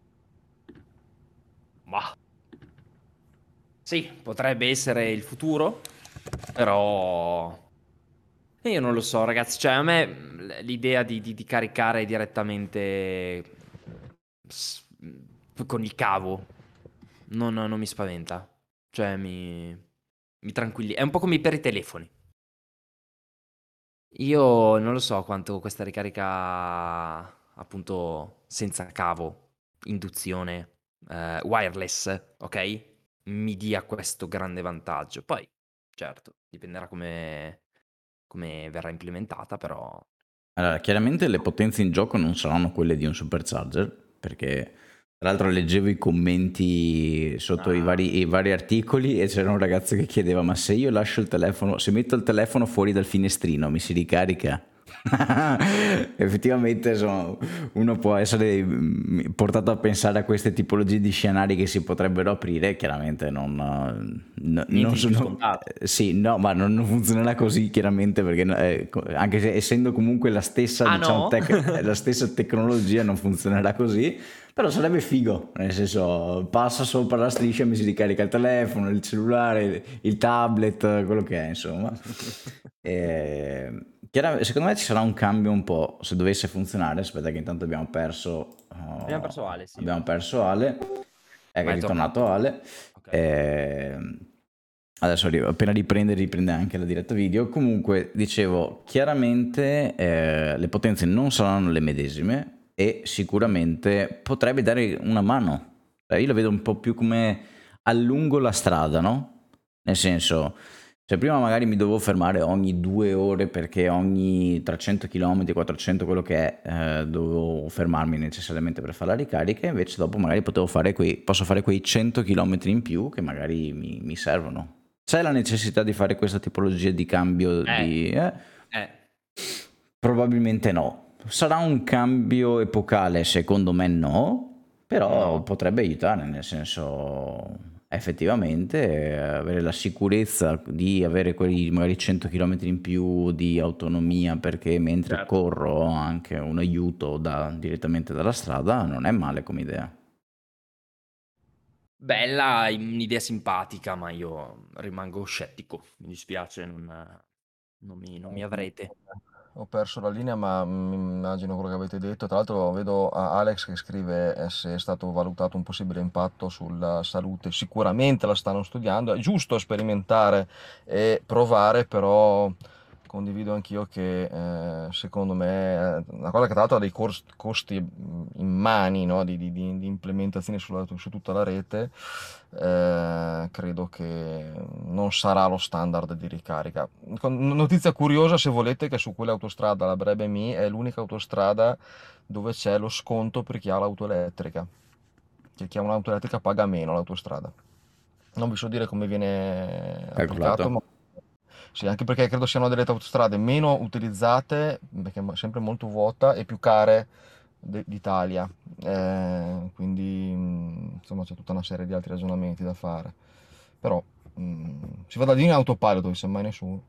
Ma sì, potrebbe essere il futuro, però io non lo so, ragazzi. Cioè, a me l'idea di caricare direttamente con il cavo non mi spaventa. Cioè, mi tranquilli. È un po' come per i telefoni. Io non lo so quanto questa ricarica, appunto, senza cavo, induzione, wireless, ok? Mi dia questo grande vantaggio. Poi, certo, dipenderà come verrà implementata, però... Allora, chiaramente le potenze in gioco non saranno quelle di un supercharger, perché tra l'altro leggevo i commenti sotto i vari articoli e c'era un ragazzo che chiedeva: ma se io lascio il telefono, se metto il telefono fuori dal finestrino, mi si ricarica? Effettivamente insomma, uno può essere portato a pensare a queste tipologie di scenari che si potrebbero aprire, chiaramente non Niente di più sono scontato. sì, no, ma non funzionerà così chiaramente perché anche se essendo comunque la stessa, Ah diciamo, no? la stessa tecnologia non funzionerà così, però sarebbe figo, nel senso passa sopra la striscia e mi si ricarica il telefono, il cellulare, il tablet, quello che è, insomma. Secondo me ci sarà un cambio un po', se dovesse funzionare. Aspetta che intanto abbiamo perso Abbiamo perso Ale, sì. Ale, che Ma è è ritornato tornato. Ale. Ok. Adesso appena riprende anche la diretta video. Comunque dicevo, chiaramente le potenze non saranno le medesime e sicuramente potrebbe dare una mano. Io lo vedo un po' più come allungo la strada, no? Nel senso, se prima magari mi dovevo fermare ogni 2 ore perché ogni 300 km, 400, quello che è, dovevo fermarmi necessariamente per fare la ricarica, invece dopo magari posso fare quei 100 km in più che magari mi servono. C'è la necessità di fare questa tipologia di cambio di... Eh. Probabilmente no. Sarà un cambio epocale? Secondo me no, però No. potrebbe aiutare, nel senso effettivamente avere la sicurezza di avere quei magari 100 km in più di autonomia perché mentre Certo. corro ho anche un aiuto direttamente dalla strada non è male come idea. Bella, un'idea simpatica, ma io rimango scettico. Mi dispiace, non mi avrete. Ho perso la linea, ma mi immagino quello che avete detto. Tra l'altro vedo Alex che scrive se è stato valutato un possibile impatto sulla salute. Sicuramente la stanno studiando, è giusto sperimentare e provare, però condivido anch'io che secondo me una cosa che tra l'altro ha dei costi immani, no, di implementazione su tutta la rete, credo che non sarà lo standard di ricarica. Notizia curiosa, se volete, che su quell'autostrada, la Brebe-Mi, è l'unica autostrada dove c'è lo sconto per chi ha l'auto elettrica. Che chi ha un'auto elettrica paga meno l'autostrada. Non vi so dire come viene applicato, ma Calcolato. sì, anche perché credo siano delle autostrade meno utilizzate, perché è sempre molto vuota, e più care d'Italia. Quindi insomma c'è tutta una serie di altri ragionamenti da fare. Però si va da lì in autopilot dove semmai nessuno.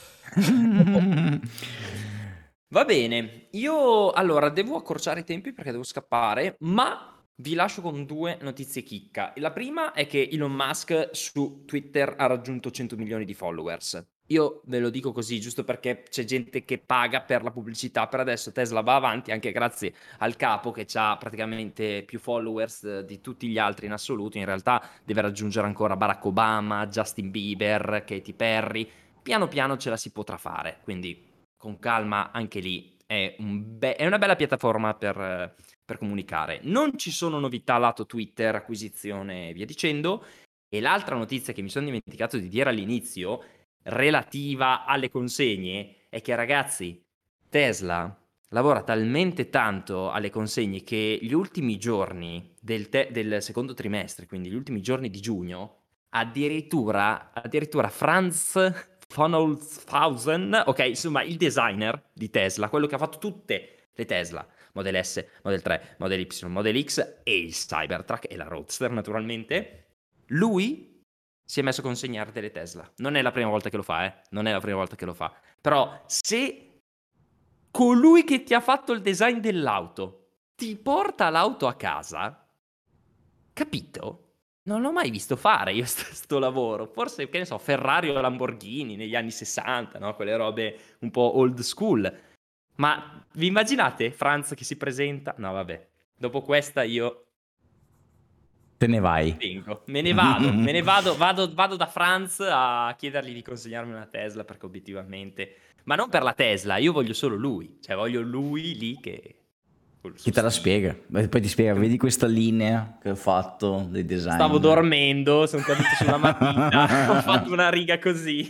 Va bene, io allora devo accorciare i tempi perché devo scappare, ma vi lascio con due notizie chicca. La prima è che Elon Musk su Twitter ha raggiunto 100 milioni di followers. Io ve lo dico così, giusto perché c'è gente che paga per la pubblicità. Per adesso Tesla va avanti anche grazie al capo che ha praticamente più followers di tutti gli altri in assoluto. In realtà deve raggiungere ancora Barack Obama, Justin Bieber, Katy Perry. Piano piano ce la si potrà fare, quindi con calma anche lì è una bella piattaforma per comunicare. Non ci sono novità lato Twitter, acquisizione e via dicendo. E l'altra notizia che mi sono dimenticato di dire all'inizio, relativa alle consegne, è che ragazzi, Tesla lavora talmente tanto alle consegne che gli ultimi giorni del secondo trimestre, quindi gli ultimi giorni di giugno, addirittura Franz von Holzhausen, ok, insomma il designer di Tesla, quello che ha fatto tutte le Tesla, Model S, Model 3, Model Y, Model X e il Cybertruck e la Roadster naturalmente, lui si è messo a consegnare delle Tesla. Non è la prima volta che lo fa, non è la prima volta che lo fa. Però se colui che ti ha fatto il design dell'auto ti porta l'auto a casa, capito? Non l'ho mai visto fare io sto lavoro. Forse, che ne so, Ferrari o Lamborghini negli anni 60, no? Quelle robe un po' old school. Ma vi immaginate Franz che si presenta? No, vabbè. Dopo questa io Te ne vai. vengo. Me ne vado da Franz a chiedergli di consegnarmi una Tesla perché obiettivamente... Ma non per la Tesla, io voglio solo lui. Cioè, voglio lui lì che... col suo Chi te la stile. spiega? Beh, poi ti spiega, vedi questa linea che ho fatto dei design. Stavo dormendo, sono caduto sulla matita, ho fatto una riga così.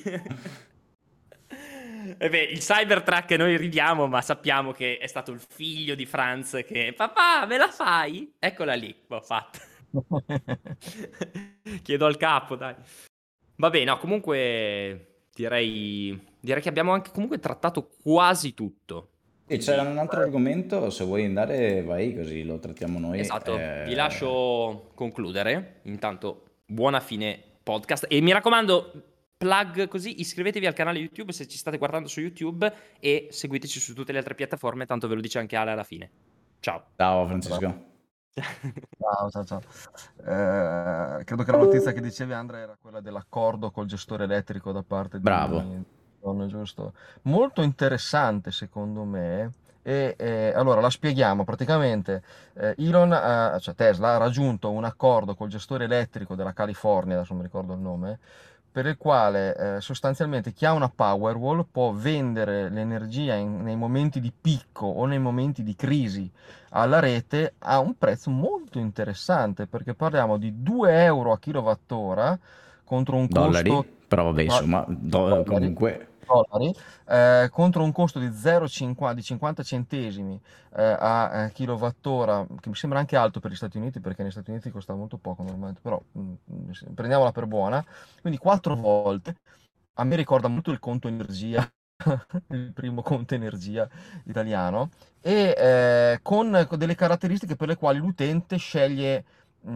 E beh, il Cybertruck noi ridiamo, ma sappiamo che è stato il figlio di Franz che... Papà, me la fai? Eccola lì, l'ho fatta. Chiedo al capo, dai. Vabbè, no, comunque direi che abbiamo anche comunque trattato quasi tutto. E Quindi, c'era un altro argomento, se vuoi andare vai così lo trattiamo noi. esatto, vi lascio concludere. Intanto, buona fine podcast. E mi raccomando, plug così, iscrivetevi al canale YouTube se ci state guardando su YouTube e seguiteci su tutte le altre piattaforme, tanto ve lo dice anche Ale alla fine. Ciao. Ciao Francesco. Ciao. Credo che la notizia che dicevi, Andrea, era quella dell'accordo col gestore elettrico da parte Bravo. giusto? Molto interessante secondo me. Allora la spieghiamo. Praticamente cioè Tesla ha raggiunto un accordo col gestore elettrico della California, adesso non mi ricordo il nome, per il quale sostanzialmente chi ha una Powerwall può vendere l'energia nei momenti di picco o nei momenti di crisi alla rete a un prezzo molto interessante, perché parliamo di 2 euro a kilowattora contro un Dollari, costo però vabbè, insomma, dollari, comunque contro un costo di 0,50 di 50 centesimi a kilowattora, che mi sembra anche alto per gli Stati Uniti, perché negli Stati Uniti costa molto poco normalmente, però prendiamola per buona, quindi 4 volte. A me ricorda molto il conto energia, il primo conto energia italiano, e con delle caratteristiche per le quali l'utente sceglie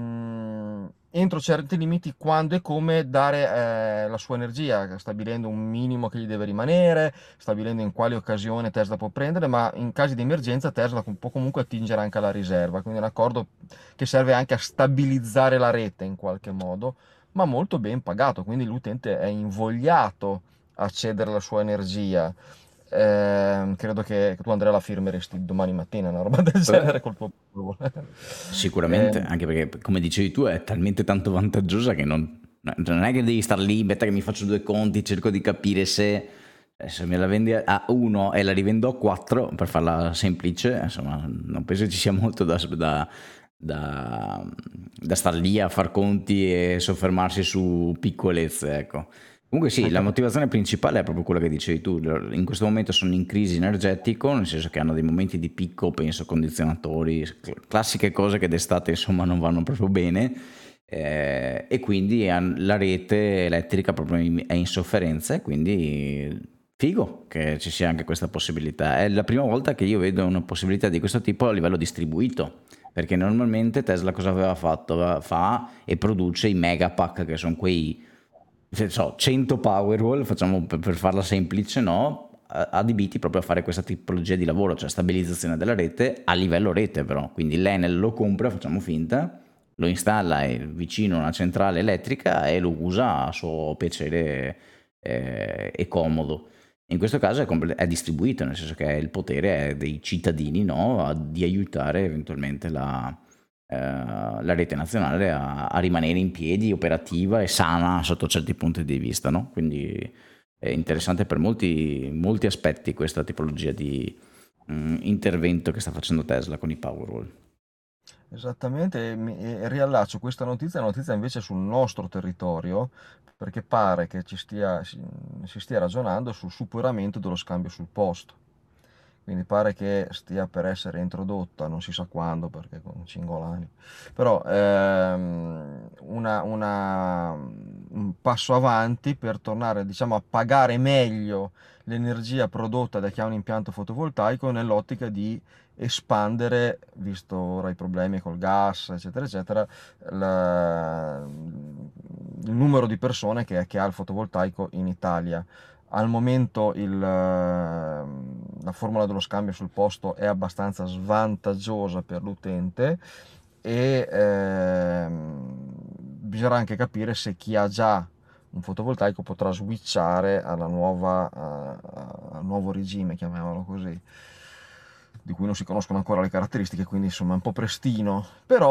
entro certi limiti quando e come dare la sua energia, stabilendo un minimo che gli deve rimanere, stabilendo in quale occasione Tesla può prendere, ma in casi di emergenza Tesla può comunque attingere anche alla riserva, quindi è un accordo che serve anche a stabilizzare la rete in qualche modo, ma molto ben pagato, quindi l'utente è invogliato a cedere la sua energia. Credo che tu, Andrea, la firmeresti domani mattina, una roba del genere col tuo sicuramente, anche perché come dicevi tu è talmente tanto vantaggiosa che non è che devi star lì, aspetta che mi faccio due conti, cerco di capire se Se me la vendi a 1 e la rivendo a 4, per farla semplice, insomma, non penso ci sia molto da star lì a far conti e soffermarsi su piccolezze, ecco. Comunque sì, Hai la capito? motivazione principale è proprio quella che dicevi tu. In questo momento sono in crisi energetico, nel senso che hanno dei momenti di picco, penso condizionatori, classiche cose che d'estate insomma non vanno proprio bene, e quindi la rete elettrica proprio è in sofferenza, e quindi figo che ci sia anche questa possibilità. È la prima volta che io vedo una possibilità di questo tipo a livello distribuito, perché normalmente Tesla cosa aveva fatto? Fa e produce i megapack, che sono quei, se so, 100 Powerwall, facciamo per farla semplice, no? Adibiti proprio a fare questa tipologia di lavoro, cioè stabilizzazione della rete a livello rete, però. Quindi l'Enel lo compra, facciamo finta, lo installa vicino a una centrale elettrica e lo usa a suo piacere, e comodo. In questo caso è distribuito, nel senso che il potere è dei cittadini, no? Di aiutare eventualmente la rete nazionale a rimanere in piedi, operativa e sana sotto certi punti di vista, no? Quindi è interessante per molti aspetti questa tipologia di intervento che sta facendo Tesla con i Powerwall. Esattamente, e riallaccio questa notizia, è una notizia invece sul nostro territorio, perché pare che si stia ragionando sul superamento dello scambio sul posto. Quindi pare che stia per essere introdotta, non si sa quando perché con Cingolani, però un passo avanti per tornare, diciamo, a pagare meglio l'energia prodotta da chi ha un impianto fotovoltaico nell'ottica di espandere, visto ora i problemi col gas, eccetera, eccetera, il numero di persone che ha il fotovoltaico in Italia. Al momento la formula dello scambio sul posto è abbastanza svantaggiosa per l'utente e bisognerà anche capire se chi ha già un fotovoltaico potrà switchare al nuovo regime, chiamiamolo così, di cui non si conoscono ancora le caratteristiche, quindi insomma è un po' prestino,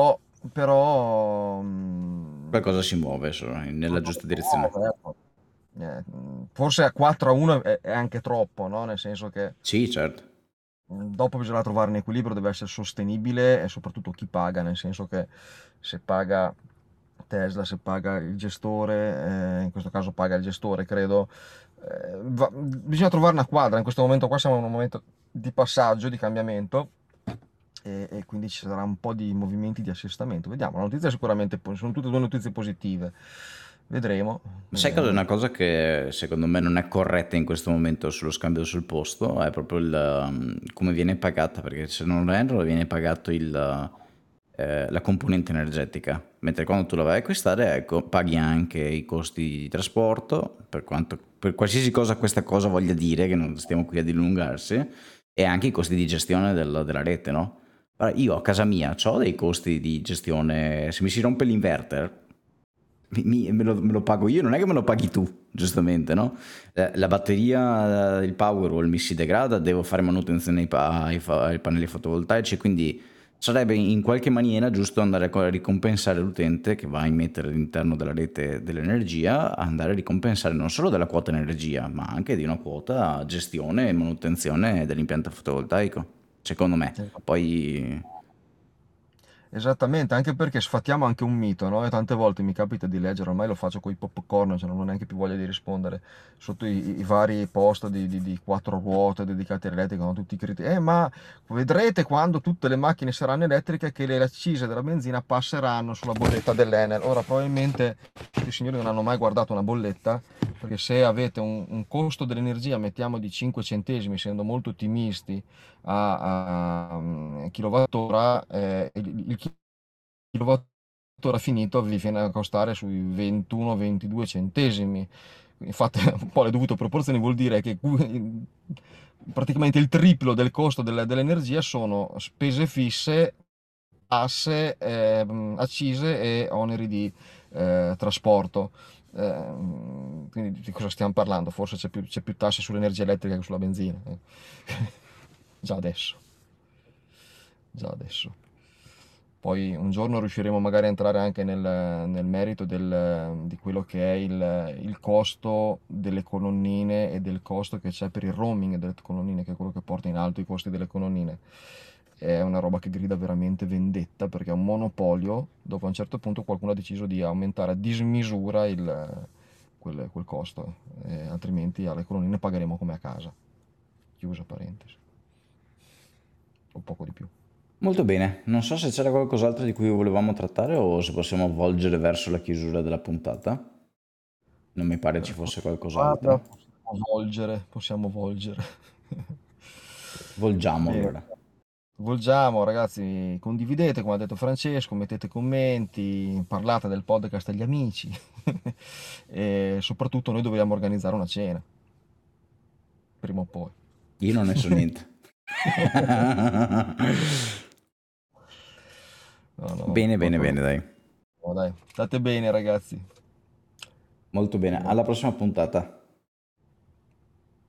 però Qualcosa si muove nella qualcosa giusta si direzione. muove, ecco. Forse a 4-1 è anche troppo, no? Nel senso che Sì, certo. dopo bisogna trovare un equilibrio, deve essere sostenibile e soprattutto chi paga, nel senso che se paga Tesla, se paga il gestore, in questo caso paga il gestore, credo, bisogna trovare una quadra. In questo momento qua siamo in un momento di passaggio, di cambiamento e quindi ci sarà un po' di movimenti di assestamento. Vediamo, la notizia è sicuramente, sono tutte e due notizie positive. Vedremo, Sai cosa? vedremo. Una cosa che secondo me non è corretta in questo momento sullo scambio sul posto è proprio come viene pagata, perché se non erro viene pagato la componente energetica, mentre quando tu la vai a acquistare, ecco, paghi anche i costi di trasporto, per qualsiasi cosa questa cosa voglia dire, che non stiamo qui a dilungarsi, e anche i costi di gestione della rete, no? Allora, io a casa mia ho dei costi di gestione, se mi si rompe l'inverter, me lo pago io, non è che me lo paghi tu, giustamente, no? La batteria, il Powerwall mi si degrada, devo fare manutenzione ai pannelli fotovoltaici, quindi sarebbe in qualche maniera giusto andare a ricompensare l'utente che va a immettere all'interno della rete dell'energia, andare a ricompensare non solo della quota energia, ma anche di una quota gestione e manutenzione dell'impianto fotovoltaico, secondo me. Poi Esattamente, anche perché sfattiamo anche un mito, no? E tante volte mi capita di leggere, ormai lo faccio con i popcorn, cioè non ho neanche più voglia di rispondere, sotto i vari post di quattro ruote dedicati all'elettrica, con tutti i critici. Ma vedrete quando tutte le macchine saranno elettriche che le accise della benzina passeranno sulla bolletta dell'Enel. Ora, probabilmente i signori non hanno mai guardato una bolletta, perché se avete un costo dell'energia, mettiamo di 5 centesimi, essendo molto ottimisti, a kilowattora, il kilowattora finito vi viene a costare sui 21-22 centesimi. Infatti, un po' le dovute proporzioni vuol dire che praticamente il triplo del costo dell'energia sono spese fisse, tasse, accise e oneri di trasporto. Quindi di cosa stiamo parlando? Forse c'è più tasse sull'energia elettrica che sulla benzina. Già adesso. Già adesso. Poi un giorno riusciremo magari a entrare anche nel merito di quello che è il costo delle colonnine e del costo che c'è per il roaming delle colonnine, che è quello che porta in alto i costi delle colonnine. È una roba che grida veramente vendetta perché è un monopolio dove a un certo punto qualcuno ha deciso di aumentare a dismisura quel costo, altrimenti alle colonnine pagheremo come a casa. Chiusa parentesi. O poco di più. Molto bene, non so se c'era qualcos'altro di cui volevamo trattare o se possiamo volgere verso la chiusura della puntata. Non mi pare ci fosse Guarda, qualcos'altro. possiamo volgere. Volgiamo Bene, allora. volgiamo ragazzi, condividete come ha detto Francesco, mettete commenti, parlate del podcast agli amici e soprattutto noi dobbiamo organizzare una cena, prima o poi. Io non ne so niente. No, no, Bene, bene, proprio no. bene, dai. No, dai, state bene ragazzi, Molto bene. prima o Alla poi. prossima puntata.